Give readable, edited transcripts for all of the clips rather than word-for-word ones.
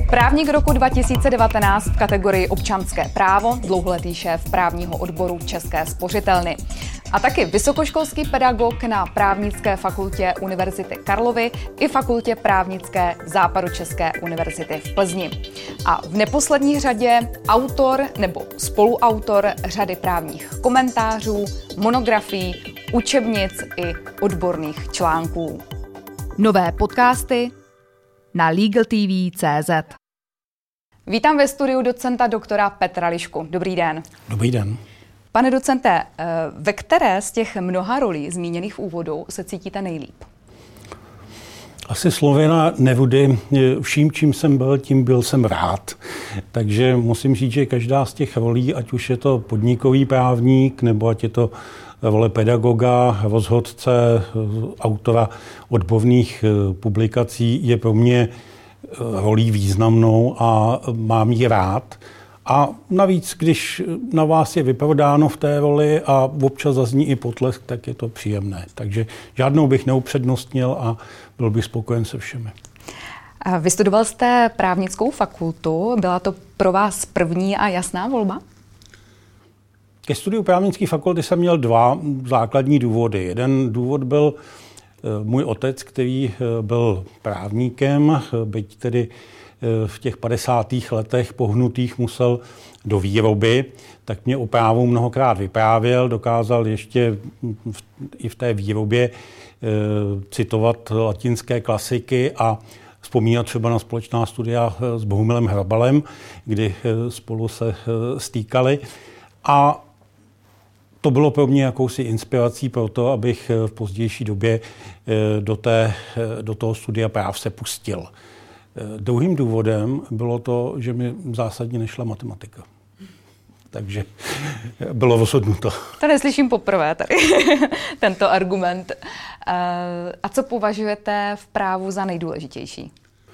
Právník roku 2019 v kategorii občanské právo, dlouholetý šéf právního odboru České spořitelny. A taky vysokoškolský pedagog na Právnické fakultě Univerzity Karlovy i Fakultě právnické Západočeské univerzity v Plzni. A v neposlední řadě autor nebo spoluautor řady právních komentářů, monografií, učebnic i odborných článků. Nové podcasty na LegalTV.cz. Vítám ve studiu docenta doktora Petra Lišku. Dobrý den. Dobrý den. Pane docente, ve které z těch mnoha rolí zmíněných v úvodu se cítíte nejlíp? Asi Slověna Nevudy, vším, čím jsem byl, tím byl jsem rád. Takže musím říct, že každá z těch rolí, ať už je to podnikový právník, nebo ať je to role pedagoga, rozhodce, autora odborných publikací, je pro mě rolí významnou a mám ji rád. A navíc, když na vás je vyprodáno v té roli a občas zazní i potlesk, tak je to příjemné. Takže žádnou bych neupřednostnil a byl bych spokojen se všemi. Vystudoval jste právnickou fakultu. Byla to pro vás první a jasná volba? Ke studiu právnické fakulty jsem měl dva základní důvody. Jeden důvod byl můj otec, který byl právníkem, byť tedy v těch 50. letech pohnutých musel do výroby, tak mě o právu mnohokrát vyprávěl, dokázal ještě i v té výrobě citovat latinské klasiky a vzpomínat třeba na společná studia s Bohumilem Hrabalem, kdy spolu se stýkali. A to bylo pro mě jakousi inspirací pro to, abych v pozdější době do toho studia práv se pustil. Druhým důvodem bylo to, že mi zásadně nešla matematika. Takže bylo rozhodnuto. To neslyším poprvé tady, tento argument. A co považujete v právu za nejdůležitější?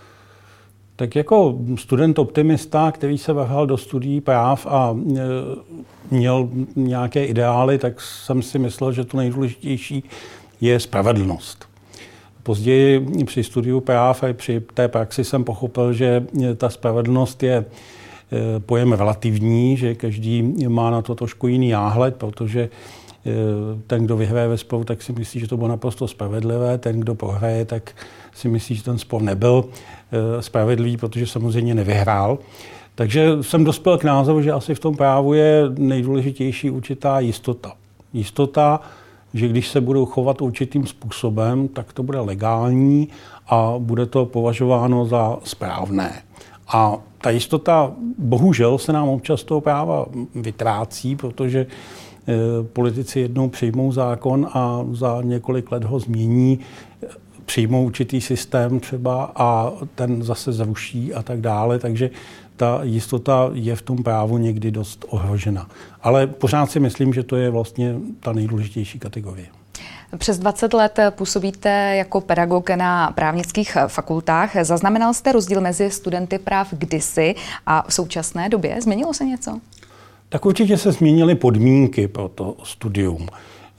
Tak jako student optimista, který se vrhal do studií práv a měl nějaké ideály, tak jsem si myslel, že to nejdůležitější je spravedlnost. Později při studiu práv a při té praxi jsem pochopil, že ta spravedlnost je pojem relativní, že každý má na to trošku jiný náhled, protože ten, kdo vyhraje ve sporu, tak si myslí, že to bylo naprosto spravedlivé. Ten, kdo prohraje, tak si myslí, že ten spor nebyl spravedlivý, protože samozřejmě nevyhrál. Takže jsem dospěl k názoru, že asi v tom právu je nejdůležitější určitá jistota. Jistota, že když se budou chovat určitým způsobem, tak to bude legální a bude to považováno za správné. A ta jistota bohužel se nám občas toho práva vytrácí, protože politici jednou přijmou zákon a za několik let ho změní, přijmou určitý systém třeba a ten zase zruší a tak dále. Takže ta jistota je v tom právu někdy dost ohrožena. Ale pořád si myslím, že to je vlastně ta nejdůležitější kategorie. Přes 20 let působíte jako pedagog na právnických fakultách. Zaznamenal jste rozdíl mezi studenty práv kdysi a v současné době? Změnilo se něco? Tak určitě se změnily podmínky pro to studium.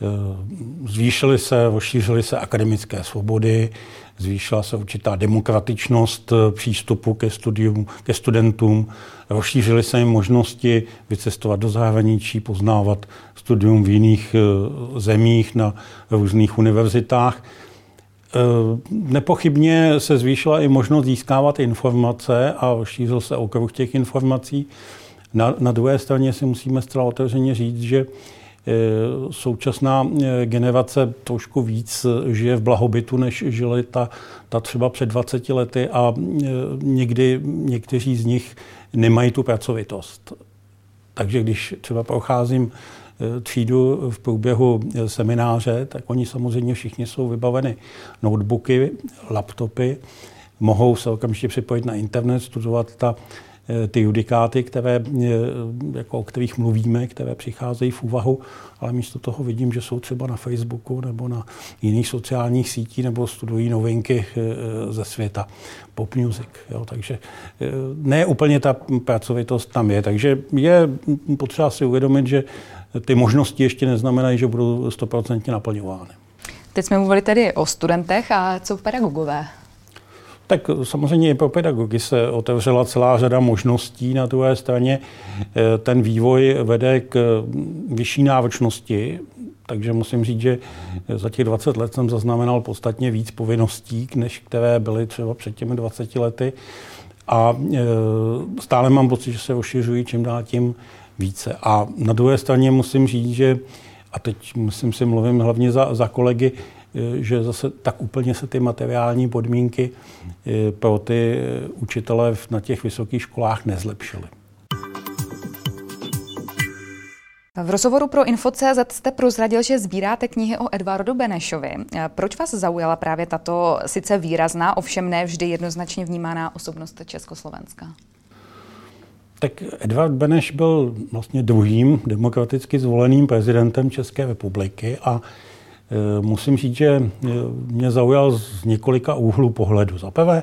Zvýšily se, rozšířily se akademické svobody, zvýšila se určitá demokratičnost přístupu ke studentům, rozšířily se jim možnosti vycestovat do zahraničí, poznávat studium v jiných zemích na různých univerzitách. Nepochybně se zvýšila i možnost získávat informace a rozšířil se okruh těch informací. Na druhé straně si musíme zcela otevřeně říct, že současná generace trošku víc žije v blahobytu, než žili ta třeba před 20 lety a někdy někteří z nich nemají tu pracovitost. Takže když třeba procházím třídu v průběhu semináře, tak oni samozřejmě všichni jsou vybaveni notebooky, laptopy, mohou se okamžitě připojit na internet, studovat ty judikáty, o kterých mluvíme, které přicházejí v úvahu, ale místo toho vidím, že jsou třeba na Facebooku nebo na jiných sociálních sítích nebo studují novinky ze světa, pop music. Jo, takže ne úplně ta pracovitost tam je. Takže je potřeba si uvědomit, že ty možnosti ještě neznamenají, že budou 100% naplňovány. Teď jsme mluvili tedy o studentech a co pedagogové? Tak samozřejmě i pro pedagogy se otevřela celá řada možností. Na druhé straně ten vývoj vede k vyšší náročnosti, takže musím říct, že za těch 20 let jsem zaznamenal podstatně víc povinností, než které byly třeba před těmi 20 lety. A stále mám pocit, že se rozšiřují čím dál tím více. A na druhé straně musím říct, že, a teď myslím si, mluvím hlavně za kolegy, že zase tak úplně se ty materiální podmínky pro ty učitele na těch vysokých školách nezlepšily. V rozhovoru pro Info.cz jste prozradil, že sbíráte knihy o Edvardu Benešovi. Proč vás zaujala právě tato sice výrazná, ovšem ne vždy jednoznačně vnímaná osobnost Československa? Tak Edvard Beneš byl vlastně druhým demokraticky zvoleným prezidentem České republiky a musím říct, že mě zaujal z několika úhlů pohledu. Za prvé,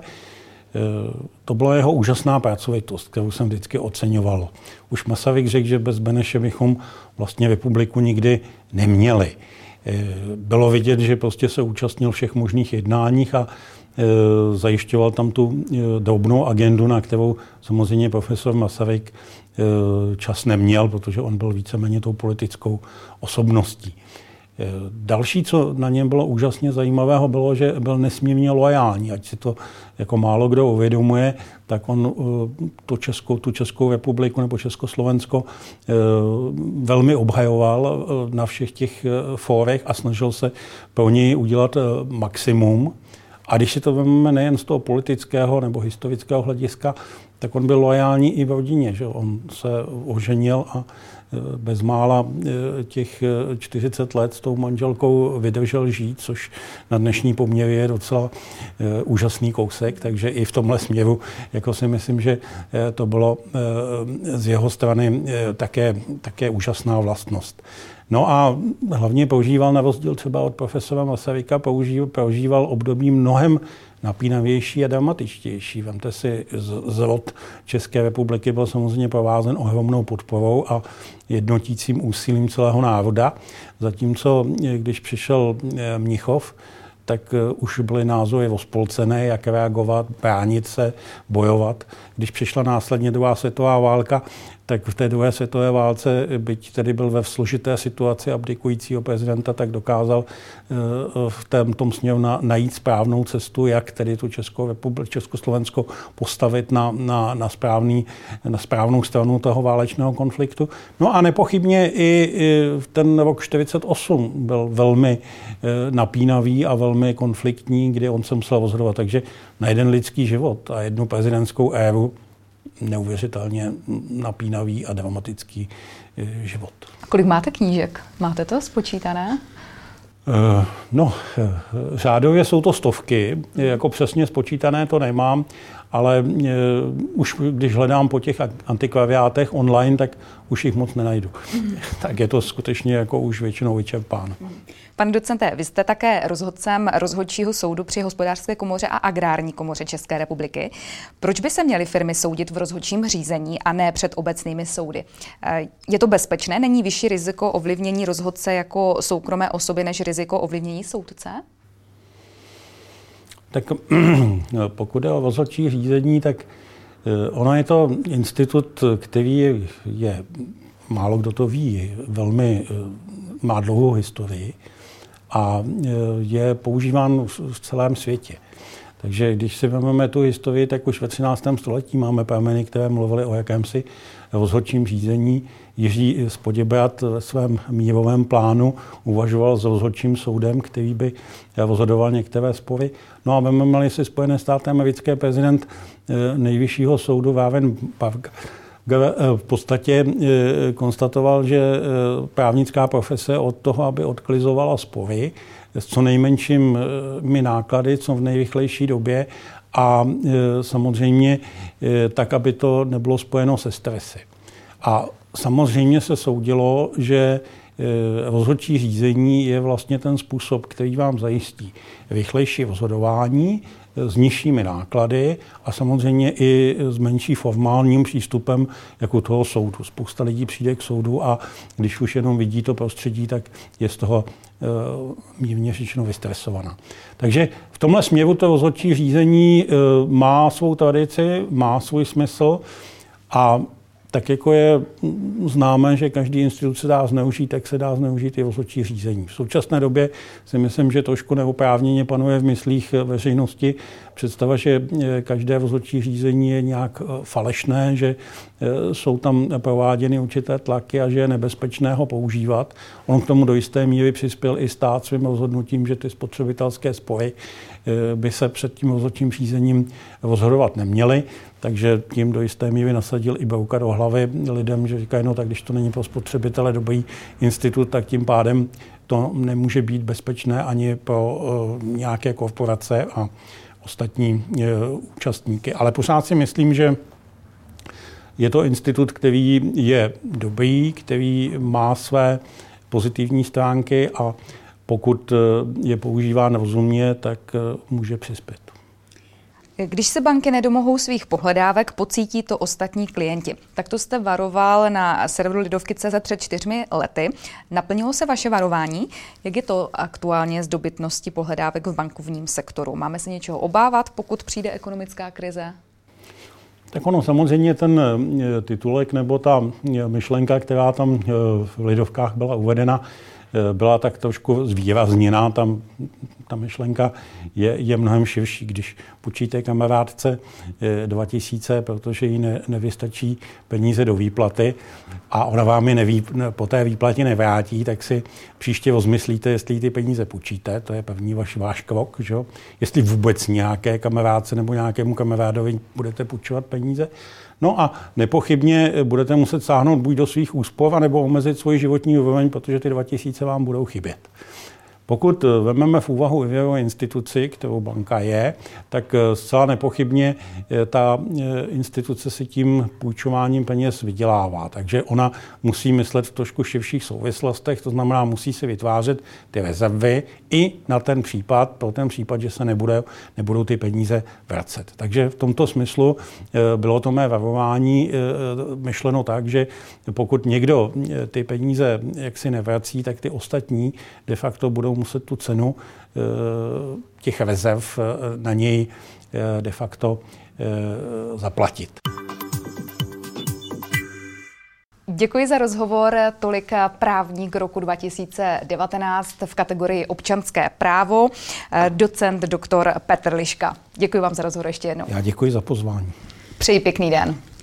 to byla jeho úžasná pracovitost, kterou jsem vždycky oceňoval. Už Masaryk řekl, že bez Beneše bychom vlastně republiku nikdy neměli. Bylo vidět, že prostě se účastnil všech možných jednáních a zajišťoval tam tu drobnou agendu, na kterou samozřejmě profesor Masaryk čas neměl, protože on byl víceméně tou politickou osobností. Další, co na něm bylo úžasně zajímavého, bylo, že byl nesmírně loajální. Ať si to jako málo kdo uvědomuje, tak on tu Českou republiku nebo Československo velmi obhajoval na všech těch fórech a snažil se pro něj udělat maximum. A když si to vezmeme nejen z toho politického nebo historického hlediska, tak on byl loajální i v rodině. Že? On se oženil a bezmála těch 40 let s tou manželkou vydržel žít, což na dnešní poměry je docela úžasný kousek, takže i v tomhle směru jako si myslím, že to bylo z jeho strany také úžasná vlastnost. No a hlavně používal, na rozdíl třeba od profesora Masaryka, používal období mnohem napínavější a dramatičtější. Vemte si, zrod České republiky byl samozřejmě provázen ohromnou podporou a jednotícím úsilím celého národa, zatímco když přišel Mnichov, tak už byly názory rozpolcené, jak reagovat, bránit se, bojovat. Když přišla následně druhá světová válka, tak v té druhé světové válce, byť tedy byl ve složité situaci abdikujícího prezidenta, tak dokázal v tom směru najít správnou cestu, jak tedy tu Československo postavit na správnou stranu toho válečného konfliktu. No a nepochybně i ten rok 1948 byl velmi napínavý a velmi konfliktní, kdy on se musel rozhodovat. Takže na jeden lidský život a jednu prezidentskou éru neuvěřitelně napínavý a dramatický život. A kolik máte knížek? Máte to spočítané? Řádově jsou to stovky, jako přesně spočítané to nemám, ale už když hledám po těch antikvariátech online, tak už jich moc nenajdu. Tak je to skutečně jako už většinou vyčerpáno. Pane docente, vy jste také rozhodcem rozhodčího soudu při Hospodářské komoře a Agrární komoře České republiky. Proč by se měly firmy soudit v rozhodčím řízení a ne před obecnými soudy? Je to bezpečné? Není vyšší riziko ovlivnění rozhodce jako soukromé osoby než riziko ovlivnění soudce? Tak pokud je o rozhodčí řízení, tak ono je to institut, který je, málo kdo to ví, má dlouhou historii a je používán v celém světě. Takže když si vezmeme tu historii, tak už ve 13. století máme prameny, které mluvily o jakémsi rozhodčím řízení. Jiří z Poděbrad ve svém mírovém plánu uvažoval s rozhodčím soudem, který by rozhodoval některé spory. No a vezmeme si Spojené státy americké, prezident nejvyššího soudu Warren Burger v podstatě konstatoval, že právnická profese od toho, aby odklizovala spory s co nejmenšími náklady, co v nejrychlejší době a samozřejmě tak, aby to nebylo spojeno se stresy. A samozřejmě se soudilo, že rozhodčí řízení je vlastně ten způsob, který vám zajistí rychlejší rozhodování s nižšími náklady a samozřejmě i s menší formálním přístupem jako toho soudu. Spousta lidí přijde k soudu a když už jenom vidí to prostředí, tak je z toho mírně řečeno vystresovaná. Takže v tomhle směru to rozhodčí řízení má svou tradici, má svůj smysl a tak jako je známé, že každý institut se dá zneužít, tak se dá zneužít i rozhodčí řízení. V současné době si myslím, že trošku neoprávněně panuje v myslích veřejnosti představa, že každé rozhodčí řízení je nějak falešné, že jsou tam prováděny určité tlaky a že je nebezpečné ho používat. On k tomu do jisté míry přispěl i stát svým rozhodnutím, že ty spotřebitelské spory by se před tím rozhodčím řízením rozhodovat neměly. Takže tím do jisté míry nasadil i brouka do hlavy lidem, že říkají, no tak když to není pro spotřebitele dobrý institut, tak tím pádem to nemůže být bezpečné ani pro nějaké korporace a ostatní účastníky. Ale pořád si myslím, že je to institut, který je dobrý, který má své pozitivní stránky a pokud je používán rozumně, tak může přispět. Když se banky nedomohou svých pohledávek, pocítí to ostatní klienti. Tak to jste varoval na serveru Lidovky.cz před 4 lety. Naplnilo se vaše varování? Jak je to aktuálně s dobytností pohledávek v bankovním sektoru? Máme se něčeho obávat, pokud přijde ekonomická krize? Tak ono samozřejmě ten titulek nebo ta myšlenka, která tam v Lidovkách byla uvedena, byla tak trošku zvýrazněná. Tam ta myšlenka je mnohem širší. Když půjčíte kamarádce 2000, protože jí nevystačí peníze do výplaty a ona vám je po té výplatě nevrátí, tak si příště rozmyslíte, jestli ty peníze půjčíte. To je první váš krok. Že? Jestli vůbec nějaké kamarádce nebo nějakému kamarádovi budete půjčovat peníze. No a nepochybně budete muset sáhnout buď do svých úspor, nebo omezit svoji životní úroveň, protože ty 2000 vám budou chybět. Pokud vezmeme v úvahu úvěrovou instituci, kterou banka je, tak zcela nepochybně ta instituce si tím půjčováním peněz vydělává. Takže ona musí myslet v trošku širších souvislostech, to znamená, musí si vytvářet ty rezervy i na ten případ, pro ten případ, že se nebudou ty peníze vracet. Takže v tomto smyslu bylo to mé varování myšleno tak, že pokud někdo ty peníze jaksi nevrací, tak ty ostatní de facto budou muset tu cenu těch rezerv na něj de facto zaplatit. Děkuji za rozhovor. Tolik právník roku 2019 v kategorii občanské právo, docent doktor Petr Liška. Děkuji vám za rozhovor ještě jednou. Já děkuji za pozvání. Přeji pěkný den.